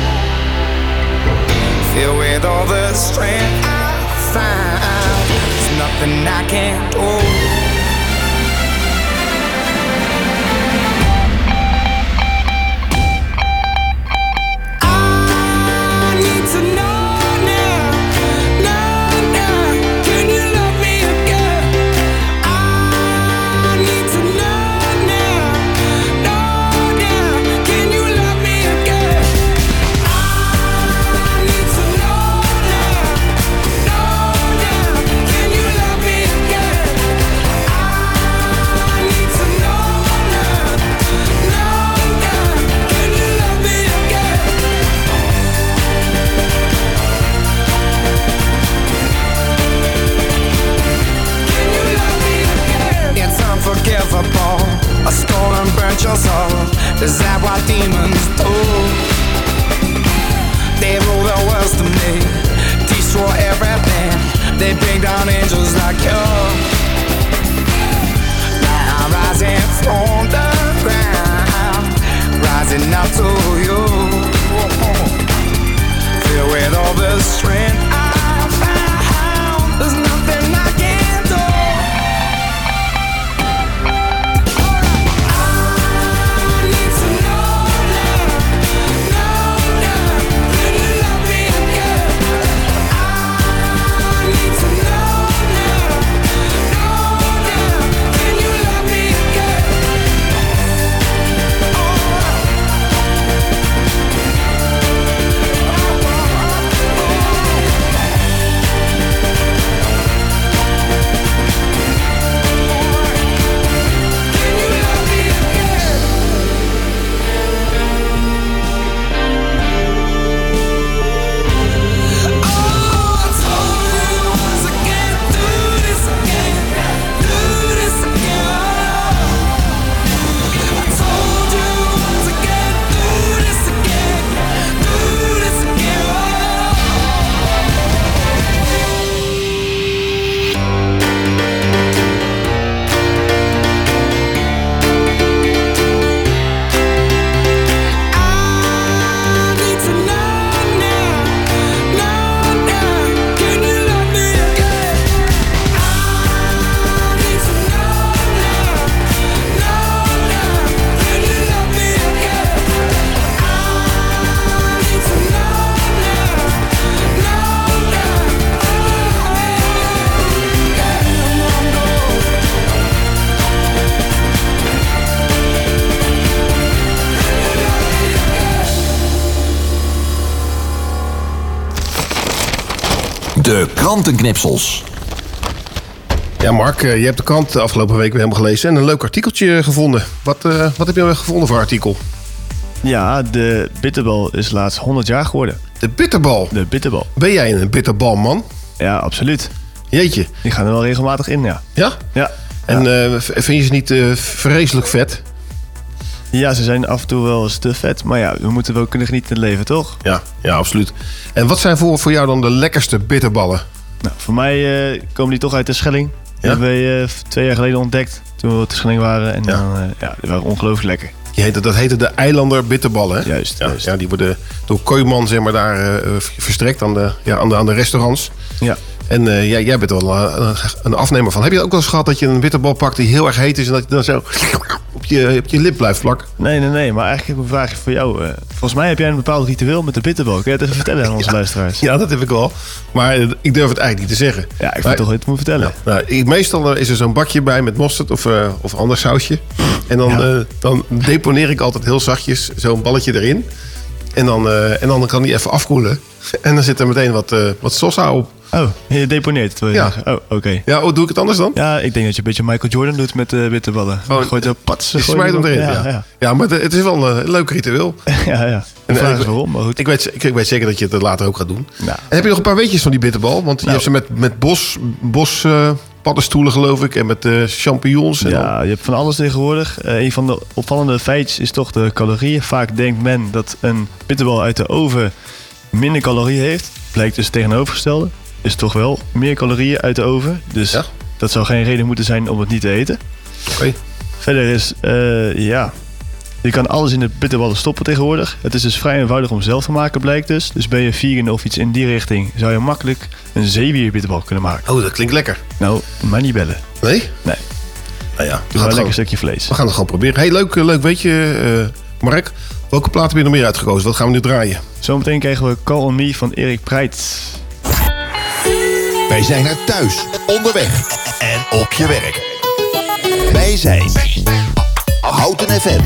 Filled with all the strength I found, there's nothing I can't do. I stole and burnt your soul. Is that what demons do? They rule the world to me, destroy everything. They bring down angels like you. Now I'm rising from the ground, rising up to you. Filled with all the strength I found, there's nothing I can't do. I need to De krantenknipsels. Ja, Mark, je hebt de krant de afgelopen week weer helemaal gelezen en een leuk artikeltje gevonden. Wat, uh, wat heb je gevonden voor artikel? Ja, de bitterbal is laatst honderd jaar geworden. De bitterbal? De bitterbal. Ben jij een bitterbalman? Ja, absoluut. Jeetje. Die gaan er wel regelmatig in, ja. Ja? Ja. En ja. Uh, vind je ze niet uh, vreselijk vet? Ja, ze zijn af en toe wel eens te vet. Maar ja, we moeten wel kunnen genieten in het leven, toch? Ja, ja, absoluut. En wat zijn voor, voor jou dan de lekkerste bitterballen? Nou, voor mij uh, komen die toch uit de Schelling. Die ja? hebben we uh, twee jaar geleden ontdekt. Toen we op de Schelling waren. En ja. dan, uh, ja, die waren ongelooflijk lekker. Die heette, dat heette de Eilander bitterballen, hè? Juist, ja, juist. Ja, die worden door Kooijman, zeg maar, daar uh, verstrekt aan de, ja, aan de, aan de restaurants. Ja. En uh, ja, jij bent er wel uh, een afnemer van. Heb je ook wel eens gehad dat je een bitterbal pakt die heel erg heet is en dat je dan zo op je, op je lip blijft plakken? Nee, nee, nee. Maar eigenlijk heb ik een vraagje voor jou. Uh, volgens mij heb jij een bepaald ritueel met de bitterbal. Kun je het even vertellen aan onze ja, luisteraars? Ja, dat heb ik wel. Maar uh, ik durf het eigenlijk niet te zeggen. Ja, ik vind maar, toch het moet vertellen. Ja, nou, ik, meestal uh, is er zo'n bakje bij met mosterd of, uh, of ander sausje. En dan, ja. uh, dan deponeer ik altijd heel zachtjes zo'n balletje erin. En dan, uh, en dan kan die even afkoelen. En dan zit er meteen wat, uh, wat sosa op. Oh, je deponeert het, wil je ja. zeggen? Oh, oké. Okay. Ja, hoe doe ik het anders dan? Ja, ik denk dat je een beetje Michael Jordan doet met uh, bitterballen. Oh, gooit er pats. Je smijt hem erin, ja. Ja, ja. ja maar het is wel een, een leuk ritueel. ja, ja. En vraag is waarom, maar goed. Ik weet, ik, ik weet zeker dat je het later ook gaat doen. Nou. En heb je nog een paar weetjes van die bitterbal? Want je nou. hebt ze met, met bos, bos uh, paddenstoelen, geloof ik. En met uh, champignons. En ja, dan. je hebt van alles tegenwoordig. Uh, een van de opvallende feitjes is toch de calorieën. Vaak denkt men dat een bitterbal uit de oven minder calorieën heeft. Blijkt dus het tegenovergestelde. Is toch wel meer calorieën uit de oven. Dus ja? dat zou geen reden moeten zijn om het niet te eten. Okay. Verder is, uh, ja... Je kan alles in de bitterballen stoppen tegenwoordig. Het is dus vrij eenvoudig om zelf te maken, blijkt dus. Dus ben je vegan of iets in die richting, zou je makkelijk een zeewierbitterbal kunnen maken. Oh, dat klinkt lekker. Nou, maar niet bellen. Nee? Nee. Nou ja, we gaan een lekker stukje vlees. We gaan het gewoon proberen. Hey, leuk, leuk weet je, uh, Mark. Welke plaat heb je nog meer uitgekozen? Wat gaan we nu draaien? Zometeen krijgen we Call on Me van Erik Preit. Wij zijn er thuis, onderweg en op je werk. Wij zijn Houten F M.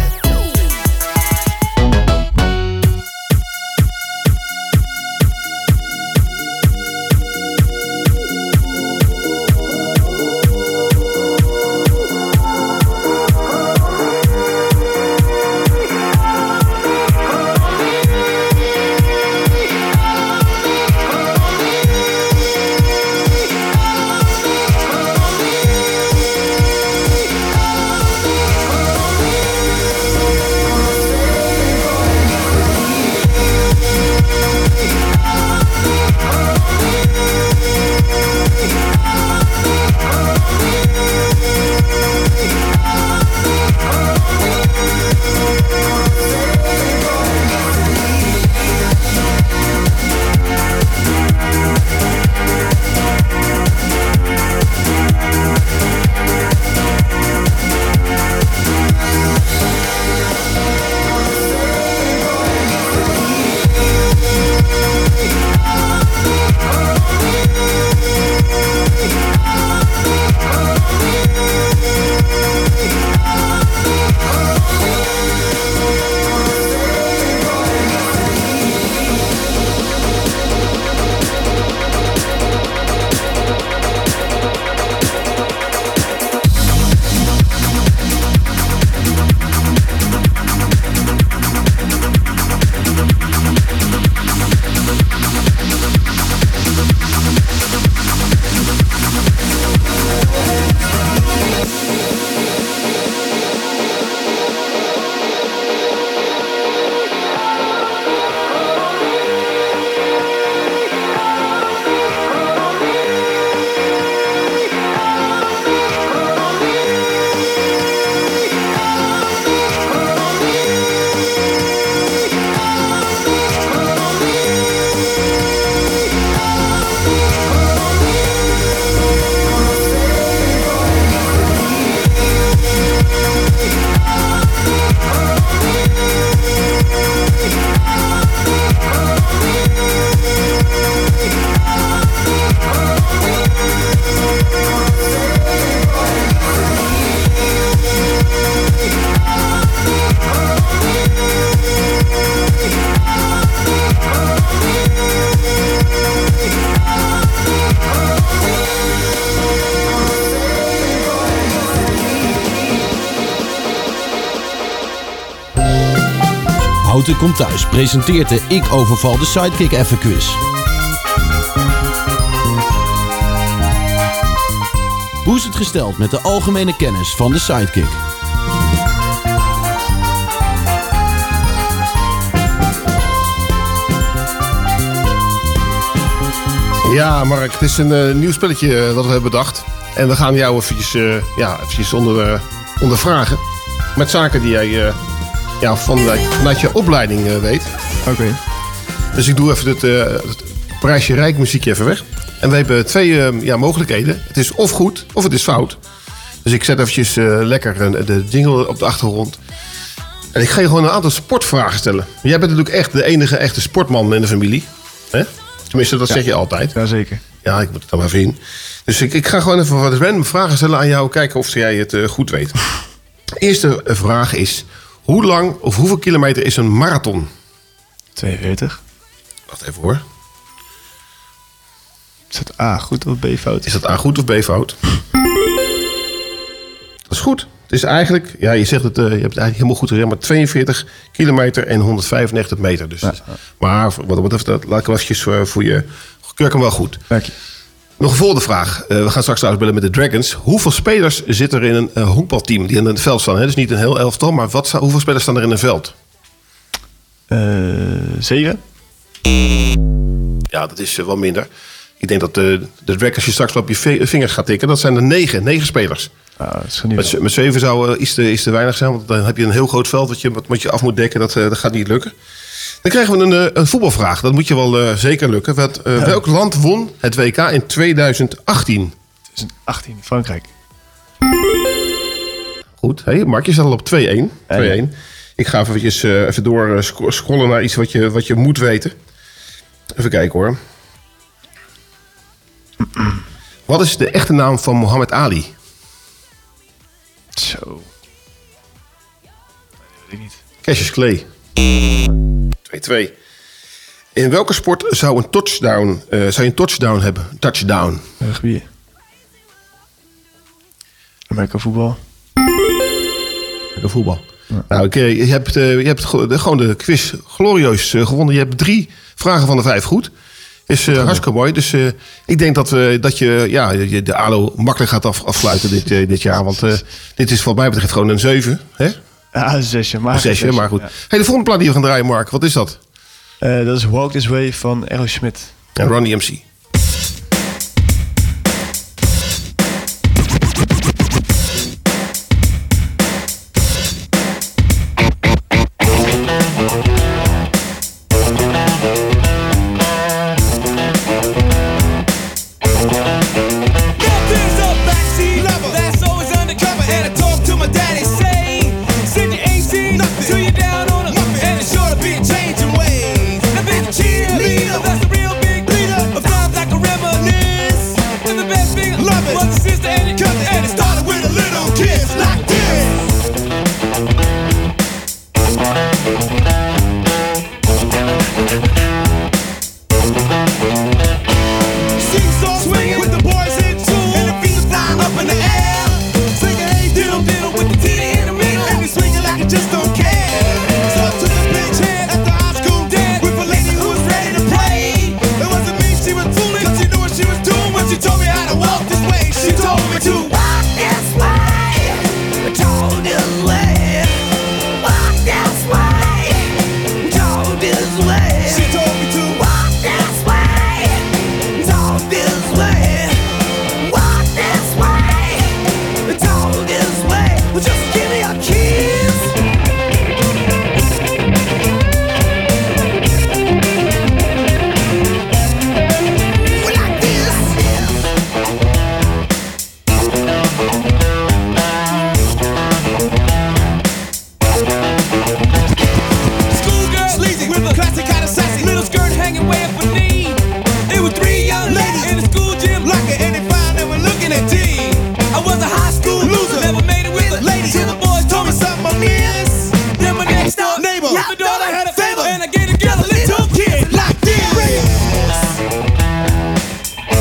Houten komt thuis presenteert de Ik Overval de Sidekick even quiz. Hoe is het gesteld met de algemene kennis van de Sidekick? Ja, Mark, het is een uh, nieuw spelletje uh, dat we hebben bedacht. En we gaan jou eventjes, uh, ja, eventjes onder, uh, ondervragen. Met zaken die jij uh, ja, van, uh, vanuit je opleiding uh, weet. Oké. Okay. Dus ik doe even het, uh, het prijsje Rijk muziekje even weg. En we hebben twee uh, ja, mogelijkheden. Het is of goed, of het is fout. Dus ik zet eventjes uh, lekker uh, de jingle op de achtergrond. En ik ga je gewoon een aantal sportvragen stellen. Jij bent natuurlijk echt de enige echte sportman in de familie. Hè? Tenminste, dat ja. zeg je altijd. Jazeker. Ja, ik moet het dan maar zien. Dus ik, ik ga gewoon even wat random vragen stellen aan jou. Kijken of jij het uh, goed weet. De eerste vraag is... Hoe lang of hoeveel kilometer is een marathon? tweeënveertig. Wacht even hoor. Is dat A goed of B fout? Is dat A goed of B fout? Dat is goed. Het is eigenlijk... Ja, je zegt het... Uh, je hebt het eigenlijk helemaal goed gezegd. Maar tweeënveertig kilometer en honderdvijfennegentig meter. Dus, ja. Maar wat, wat even, laat ik hem eventjes uh, voor je... Keur hem wel goed. Dank je. Nog een volgende vraag. Uh, we gaan straks uitbellen met de Dragons. Hoeveel spelers zitten er in een uh, honkbalteam die in het veld staan? Hè? Dus niet een heel elftal, maar wat, hoeveel spelers staan er in een veld? Uh, zeven. Ja, dat is uh, wel minder. Ik denk dat de, de Dragons je straks wel op je vingers gaat tikken. Dat zijn er negen. Negen spelers. Ah, dat is niet met, met zeven zou uh, iets, te, iets te weinig zijn. Want dan heb je een heel groot veld wat je, wat, wat je af moet dekken. Dat, uh, dat gaat niet lukken. Dan krijgen we een, een voetbalvraag. Dat moet je wel uh, zeker lukken. Wat, uh, ja. Welk land won het W K in tweeduizend achttien? tweeduizend achttien, Frankrijk. Goed. Hey, Mark, je staat al op twee-één. twee-één. Ik ga eventjes, uh, even door uh, scrollen naar iets wat je, wat je moet weten. Even kijken hoor. Wat is de echte naam van Muhammad Ali? Zo. Nee, dat weet ik niet. Cassius Clay. twee-twee. In welke sport zou een touchdown, uh, zou je een touchdown hebben? Touchdown. Rugby. Amerika voetbal. Amerika voetbal. Ja. Nou, okay, je hebt, uh, je hebt gewoon de quiz glorieus uh, gewonnen. Je hebt drie vragen van de vijf goed. Is uh, hartstikke mooi. Dus uh, ik denk dat, uh, dat je ja, de A L O makkelijk gaat af, afsluiten dit, uh, dit jaar. Want uh, dit is wat mij betreft gewoon een zeven. Hè? Ja, een zesje. Maar, een zesje, zesje, maar goed. Ja. Hey, de volgende plaat die we gaan draaien, Mark. Wat is dat? Uh, dat is Walk This Way van Aerosmith. En Ronnie M C.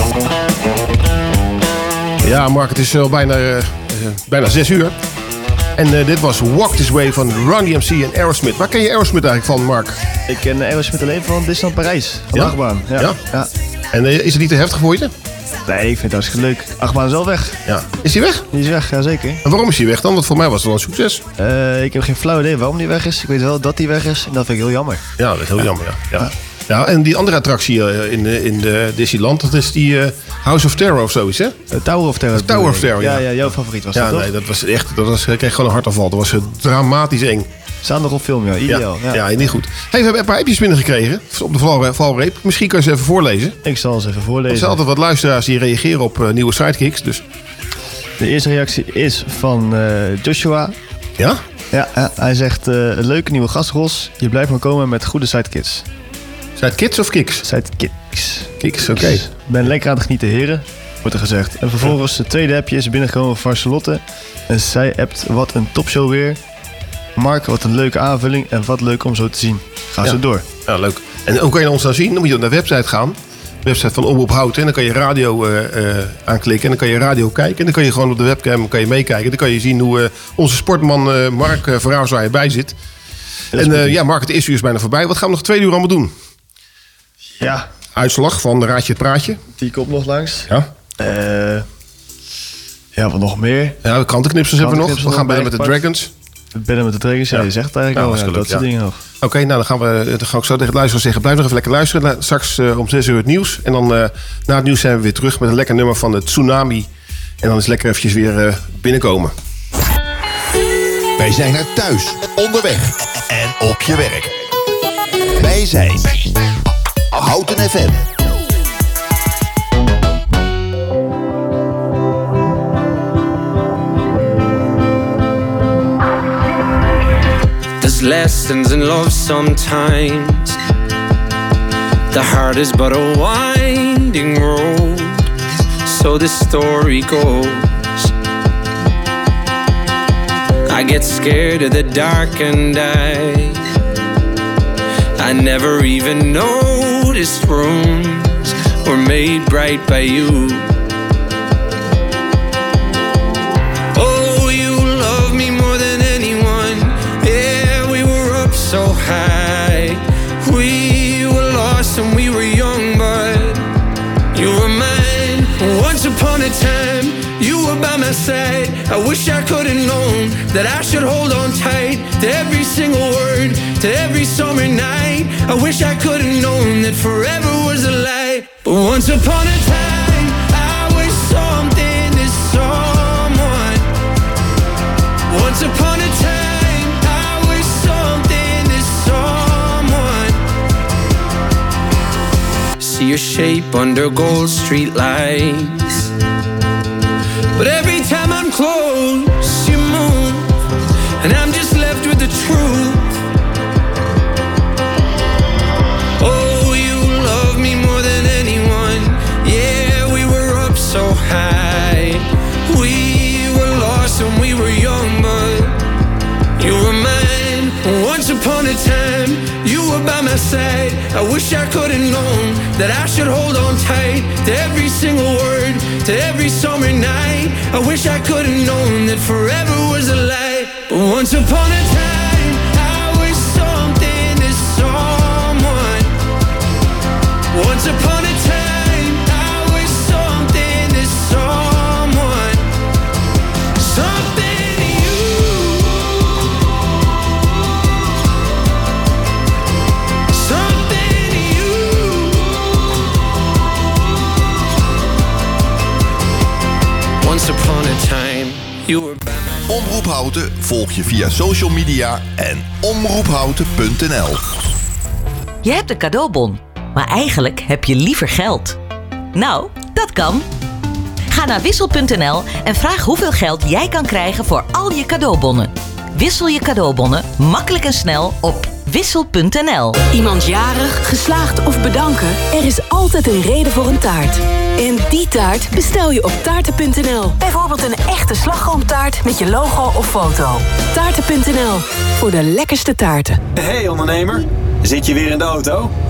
Ja, Mark, het is al bijna, uh, bijna zes uur. En uh, dit was Walk This Way van Run D M C en Aerosmith. Waar ken je Aerosmith eigenlijk van, Mark? Ik ken Aerosmith alleen van Disneyland Parijs. Van de Ja? achtbaan. Ja. Ja? Ja. En uh, is het niet te heftig voor je? Nee, ik vind het hartstikke leuk. Achtbaan is al weg. Ja. Is die weg? Die is weg, ja zeker. En waarom is die weg dan? Want voor mij was het wel een succes. Uh, ik heb geen flauw idee waarom die weg is. Ik weet wel dat die weg is en dat vind ik heel jammer. Ja, dat is heel jammer, ja. ja. Ja, en die andere attractie uh, in, uh, in de Disneyland, dat is die uh, House of Terror of zoiets, hè? Uh, Tower of Terror. Tower of Terror, ja. Ja, ja, jouw favoriet was ja, dat, toch? nee, dat was echt, dat was, ik kreeg gewoon een hartaanval. Dat was uh, dramatisch eng. Staan nog op film, ja. Ideaal. Ja, Ja, ja. niet goed. Hey, we hebben een paar appjes binnengekregen op de val, valreep. Misschien kan je ze even voorlezen. Ik zal ze even Er voorlezen. zijn altijd wat luisteraars die reageren op uh, nieuwe sidekicks, dus... De eerste reactie is van uh, Joshua. Ja? Ja, ja hij zegt, uh, een leuke nieuwe gastros. Je blijft maar komen met goede sidekicks. Sidekicks of kicks? Sidekicks. Kicks, oké. Okay. Ik ben lekker aan het genieten, heren. Wordt er gezegd. En vervolgens de tweede appje is binnengekomen van Charlotte. En zij appt, wat een topshow weer. Mark, wat een leuke aanvulling en wat leuk om zo te zien. Ga ja. zo door. Ja, leuk. En hoe kan je ons nou zien? Dan moet je op de website gaan. De website van Omroep Houten. En dan kan je radio uh, uh, aanklikken. En dan kan je radio kijken. En dan kan je gewoon op de webcam kan je meekijken. Dan kan je zien hoe uh, onze sportman uh, Mark uh, Verhaars waar je bij zit. En uh, ja, Mark, het eerste uur is bijna voorbij. Wat gaan we nog twee uur allemaal doen? Ja. Uitslag van Raadje het Praatje. Die komt nog langs. Ja. Uh, ja, wat nog meer? Ja, de krantenknipsels hebben we nog. We gaan bellen met de Dragons. Bellen met de Dragons, ja, ja. Je zegt het eigenlijk ja, al. Ja, dat soort ja. dingen nog. Oké, okay, nou dan gaan we dan ga ik zo tegen het luisteren zeggen. Blijf nog even lekker luisteren. Straks uh, om zes uur het nieuws. En dan uh, na het nieuws zijn we weer terug met een lekker nummer van de Tsunami. En dan is lekker eventjes weer uh, binnenkomen. Wij zijn er thuis, onderweg en op je werk. Wij zijn Houten F M. There's lessons in love sometimes. The heart is but a winding road. So this story goes. I get scared of the dark and I I never even noticed rooms were made bright by you. Oh, you love me more than anyone. Yeah, we were up so high. We were lost and we were young, but you were mine. Once upon a time, you were by my side. I wish I could have known that I should hold on tight to every single word, to every summer night. I wish I could have known that forever was a lie. But once upon a time, I was something to someone. Once upon a time, I was something to someone. See your shape under gold street lights. But every time I'm close, you move, and I'm just left with the truth. Oh, you love me more than anyone. Yeah, we were up so high. We were lost when we were young, but you were mine. Once upon a time, you were by my side. I wish I could have known that I should hold on tight to every single word, to every summer night. I wish I could have known that forever was a lie. But once upon a time, I was something to someone. Once upon a time, I was something to someone. Something to you. Something to you. Once upon a time, you were by my... Omroep Houten volg je via social media en omroephouten punt n l. Je hebt een cadeaubon, maar eigenlijk heb je liever geld. Nou, dat kan. Ga naar wissel punt n l en vraag hoeveel geld jij kan krijgen voor al je cadeaubonnen. Wissel je cadeaubonnen makkelijk en snel op wissel punt n l. Iemand jarig, geslaagd of bedanken? Er is altijd een reden voor een taart. En die taart bestel je op taarten punt n l. Bijvoorbeeld een echte slagroomtaart met je logo of foto. taarten punt n l, voor de lekkerste taarten. Hey ondernemer, zit je weer in de auto?